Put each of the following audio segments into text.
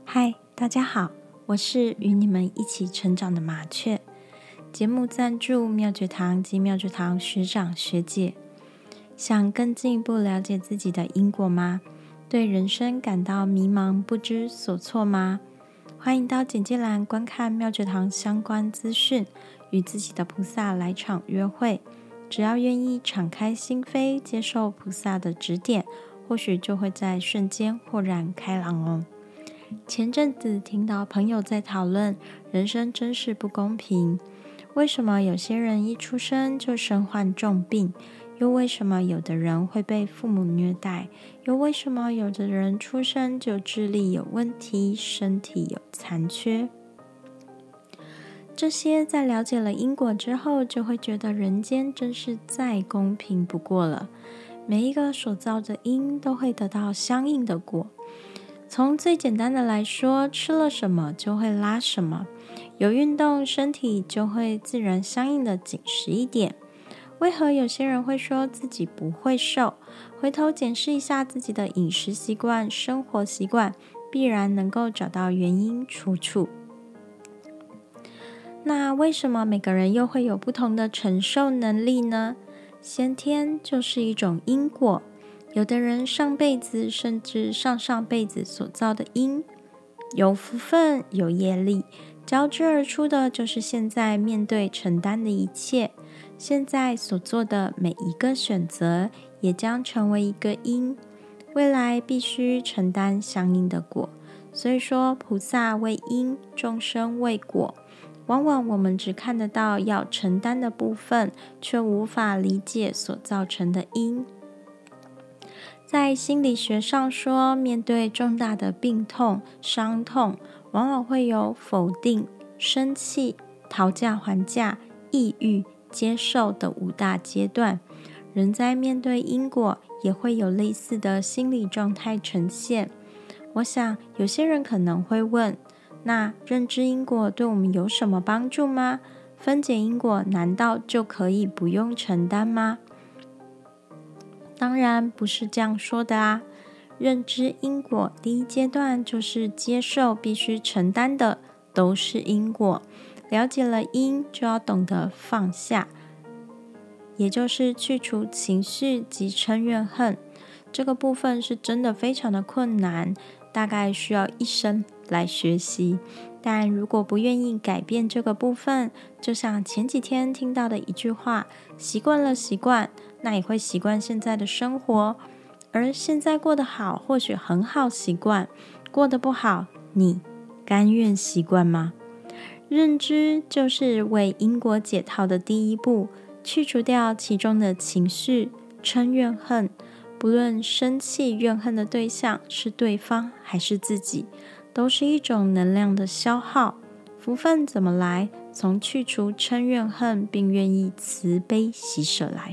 嗨，大家好，我是与你们一起成长的麻雀。节目赞助妙觉堂及妙觉堂学长学姐。想更进一步了解自己的因果吗？对人生感到迷茫不知所措吗？欢迎到简介栏观看妙觉堂相关资讯，与自己的菩萨来场约会。只要愿意敞开心扉，接受菩萨的指点，或许就会在瞬间豁然开朗哦。前阵子听到朋友在讨论人生真是不公平，为什么有些人一出生就身患重病？又为什么有的人会被父母虐待？又为什么有的人出生就智力有问题，身体有残缺？这些在了解了因果之后，就会觉得人间真是再公平不过了。每一个所造的因都会得到相应的果。从最简单的来说，吃了什么就会拉什么，有运动身体就会自然相应的紧实一点。为何有些人会说自己不会瘦？回头检视一下自己的饮食习惯、生活习惯，必然能够找到原因出处。那为什么每个人又会有不同的承受能力呢？先天就是一种因果。有的人上辈子甚至上上辈子所造的因，有福分有业力，交织而出的就是现在面对承担的一切。现在所做的每一个选择，也将成为一个因，未来必须承担相应的果。所以说，菩萨为因，众生为果。往往我们只看得到要承担的部分，却无法理解所造成的因。在心理学上说，面对重大的病痛、伤痛，往往会有否定、生气、讨价还价、抑郁、接受的5大阶段。人在面对因果，也会有类似的心理状态呈现。我想，有些人可能会问，那认知因果对我们有什么帮助吗？分解因果难道就可以不用承担吗？当然不是这样说的啊！认知因果第一阶段就是接受必须承担的都是因果，了解了因就要懂得放下，也就是去除情绪及嗔怨恨。这个部分是真的非常的困难，大概需要一生来学习。但如果不愿意改变这个部分，就像前几天听到的一句话，习惯了习惯，那也会习惯现在的生活。而现在过得好，或许很好习惯，过得不好，你甘愿习惯吗？认知就是为因果解套的第一步，去除掉其中的情绪、嗔怨恨，不论生气怨恨的对象是对方还是自己，都是一种能量的消耗。福分怎么来？从去除嗔怨恨，并愿意慈悲喜舍来。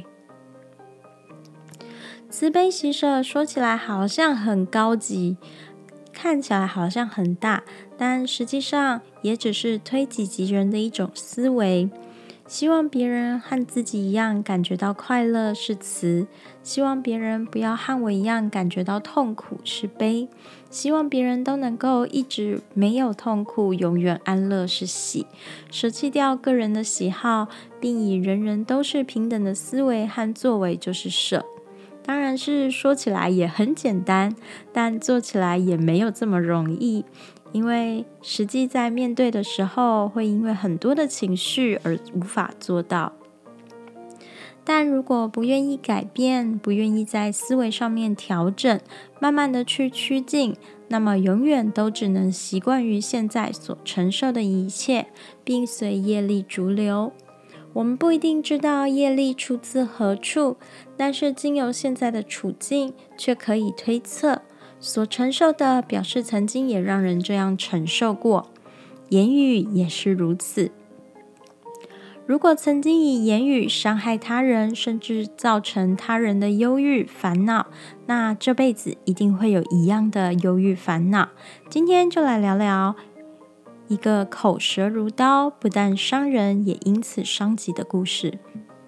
慈悲喜舍说起来好像很高级，看起来好像很大，但实际上也只是推己及人的一种思维。希望别人和自己一样感觉到快乐是慈，希望别人不要和我一样感觉到痛苦是悲，希望别人都能够一直没有痛苦，永远安乐是喜，舍弃掉个人的喜好，并以人人都是平等的思维和作为就是舍。当然是说起来也很简单，但做起来也没有这么容易，因为实际在面对的时候，会因为很多的情绪而无法做到。但如果不愿意改变，不愿意在思维上面调整，慢慢的去趋近，那么永远都只能习惯于现在所承受的一切，并随业力逐流。我们不一定知道业力出自何处，但是经由现在的处境，却可以推测，所承受的表示曾经也让人这样承受过，言语也是如此。如果曾经以言语伤害他人，甚至造成他人的忧郁烦恼，那这辈子一定会有一样的忧郁烦恼。今天就来聊聊一个口舌如刀，不但伤人，也因此伤己的故事。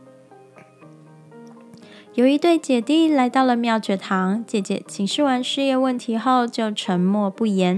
有一对姐弟来到了妙觉堂，姐姐请示完事业问题后就沉默不言，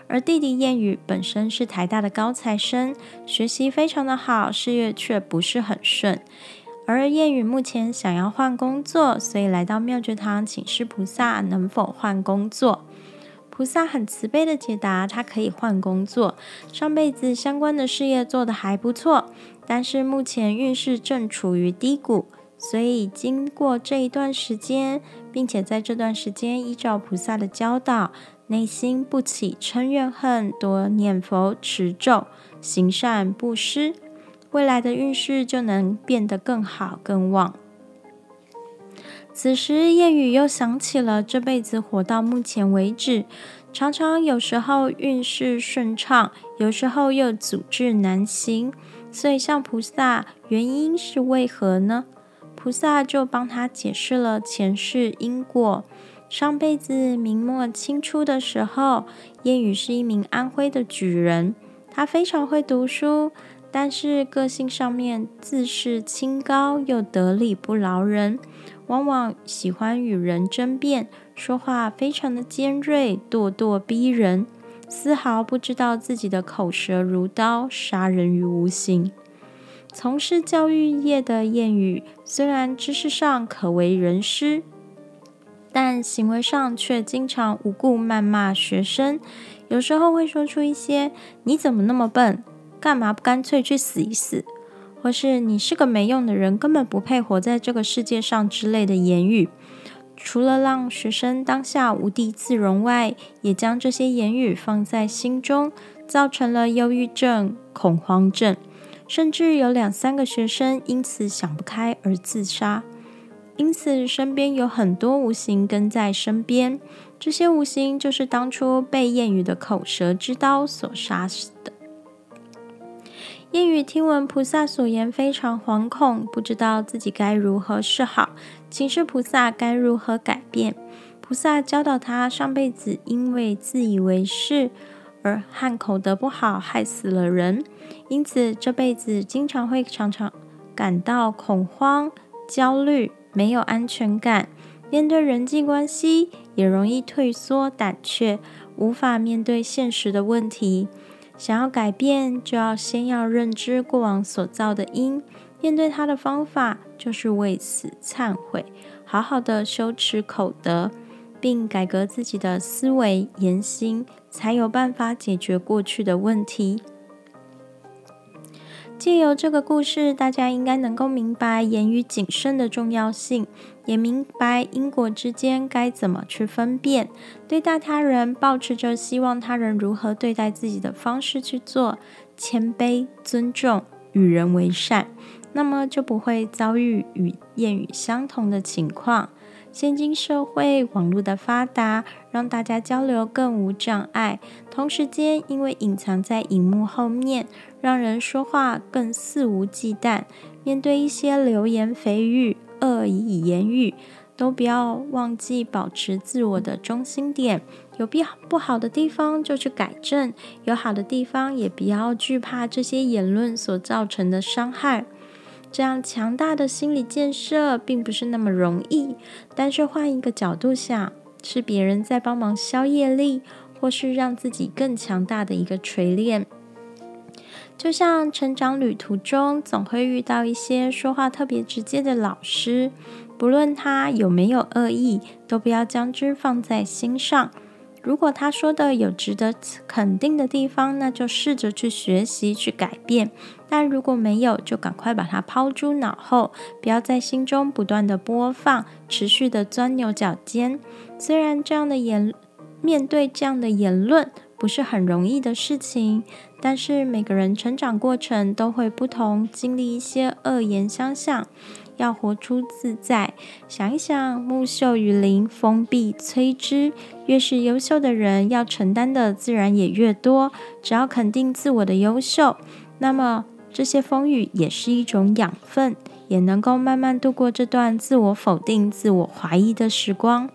而弟弟燕宇本身是台大的高材生，学习非常的好，事业却不是很顺。而燕宇目前想要换工作，所以来到妙觉堂请示菩萨能否换工作。菩萨很慈悲的解答，他可以换工作，上辈子相关的事业做得还不错，但是目前运势正处于低谷，所以经过这一段时间，并且在这段时间依照菩萨的教导，内心不起嗔怨恨，多念佛持咒，行善布施，未来的运势就能变得更好更旺。此时燕宇又想起了这辈子活到目前为止，常常有时候运势顺畅，有时候又阻滞难行，所以向菩萨原因是为何呢？菩萨就帮他解释了前世因果。上辈子明末清初的时候，燕宇是一名安徽的举人，他非常会读书，但是个性上面自视清高，又得理不饶人，往往喜欢与人争辩，说话非常的尖锐，咄咄逼人，丝毫不知道自己的口舌如刀，杀人于无形。从事教育业的燕宇，虽然知识上可为人师，但行为上却经常无故谩骂学生，有时候会说出一些你怎么那么笨，干嘛不干脆去死一死，或是你是个没用的人，根本不配活在这个世界上之类的言语。除了让学生当下无地自容外，也将这些言语放在心中，造成了忧郁症、恐慌症，甚至有2-3个学生因此想不开而自杀。因此身边有很多无形跟在身边，这些无形就是当初被燕宇的口舌之刀所杀死的。燕宇听闻菩萨所言，非常惶恐，不知道自己该如何是好，请示菩萨该如何改变。菩萨教导他，上辈子因为自以为是而和口德不好，害死了人，因此这辈子常常感到恐慌、焦虑，没有安全感，面对人际关系也容易退缩胆怯，无法面对现实的问题。想要改变，就要先要认知过往所造的因，面对它的方法就是为此忏悔，好好的修持口德，并改革自己的思维言行，才有办法解决过去的问题。借由这个故事，大家应该能够明白言语谨慎的重要性，也明白因果之间该怎么去分辨，对待他人抱持着希望他人如何对待自己的方式去做，谦卑、尊重、与人为善，那么就不会遭遇与燕宇相同的情况。现今社会网络的发达，让大家交流更无障碍，同时间因为隐藏在荧幕后面，让人说话更肆无忌惮，面对一些流言蜚语、恶意言语，都不要忘记保持自我的中心点，有不好的地方就去改正，有好的地方也不要惧怕这些言论所造成的伤害。这样强大的心理建设并不是那么容易，但是换一个角度想，是别人在帮忙消业力，或是让自己更强大的一个锤炼。就像成长旅途中，总会遇到一些说话特别直接的老师，不论他有没有恶意，都不要将之放在心上。如果他说的有值得肯定的地方，那就试着去学习去改变，但如果没有，就赶快把它抛诸脑后，不要在心中不断的播放，持续的钻牛角尖。虽然面对这样的言论不是很容易的事情，但是每个人成长过程都会不同，经历一些恶言相向，要活出自在。想一想，木秀于林，风必摧之，越是优秀的人，要承担的自然也越多。只要肯定自我的优秀，那么这些风雨也是一种养分，也能够慢慢度过这段自我否定、自我怀疑的时光。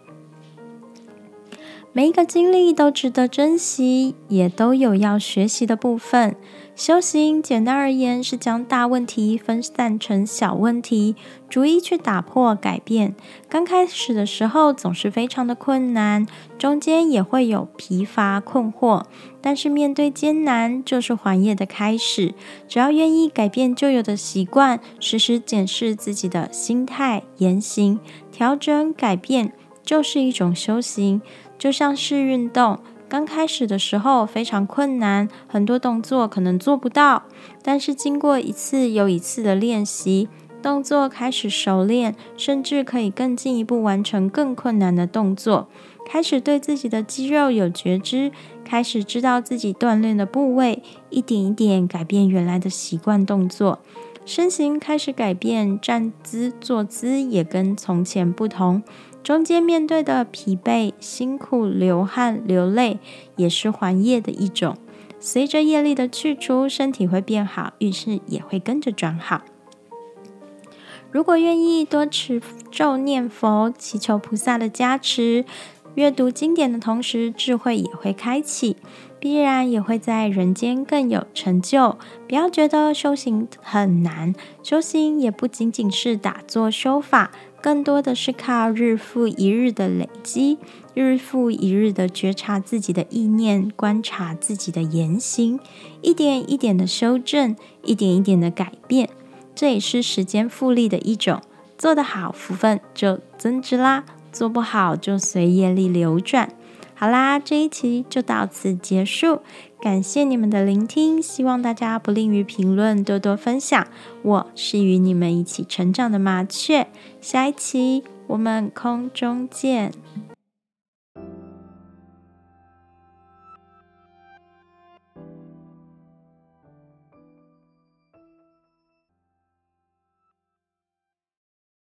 每一个经历都值得珍惜，也都有要学习的部分。 修行简单而言是将大问题分散成小问题，逐一去打破改变。刚开始的时候总是非常的困难，中间也会有疲乏困惑，但是面对艰难就是还业的开始。只要愿意改变旧有的习惯，时时检视自己的心态言行，调整改变就是一种修行。就像是运动，刚开始的时候非常困难，很多动作可能做不到，但是经过一次又一次的练习，动作开始熟练，甚至可以更进一步完成更困难的动作，开始对自己的肌肉有觉知，开始知道自己锻炼的部位，一点一点改变原来的习惯动作，身形开始改变，站姿坐姿也跟从前不同，中间面对的疲惫、辛苦、流汗、流泪，也是还业的一种。随着业力的去除，身体会变好，运势也会跟着转好。如果愿意多持咒念佛，祈求菩萨的加持，阅读经典的同时，智慧也会开启，必然也会在人间更有成就。不要觉得修行很难，修行也不仅仅是打坐修法，更多的是靠日复一日的累积，日复一日的觉察自己的意念，观察自己的言行，一点一点的修正，一点一点的改变。这也是时间复利的一种，做得好福分就增值啦，做不好就随业力流转。好啦，这一期就到此结束，感谢你们的聆听，希望大家不吝于评论，多多分享。我是与你们一起成长的麻雀，下一期我们空中见。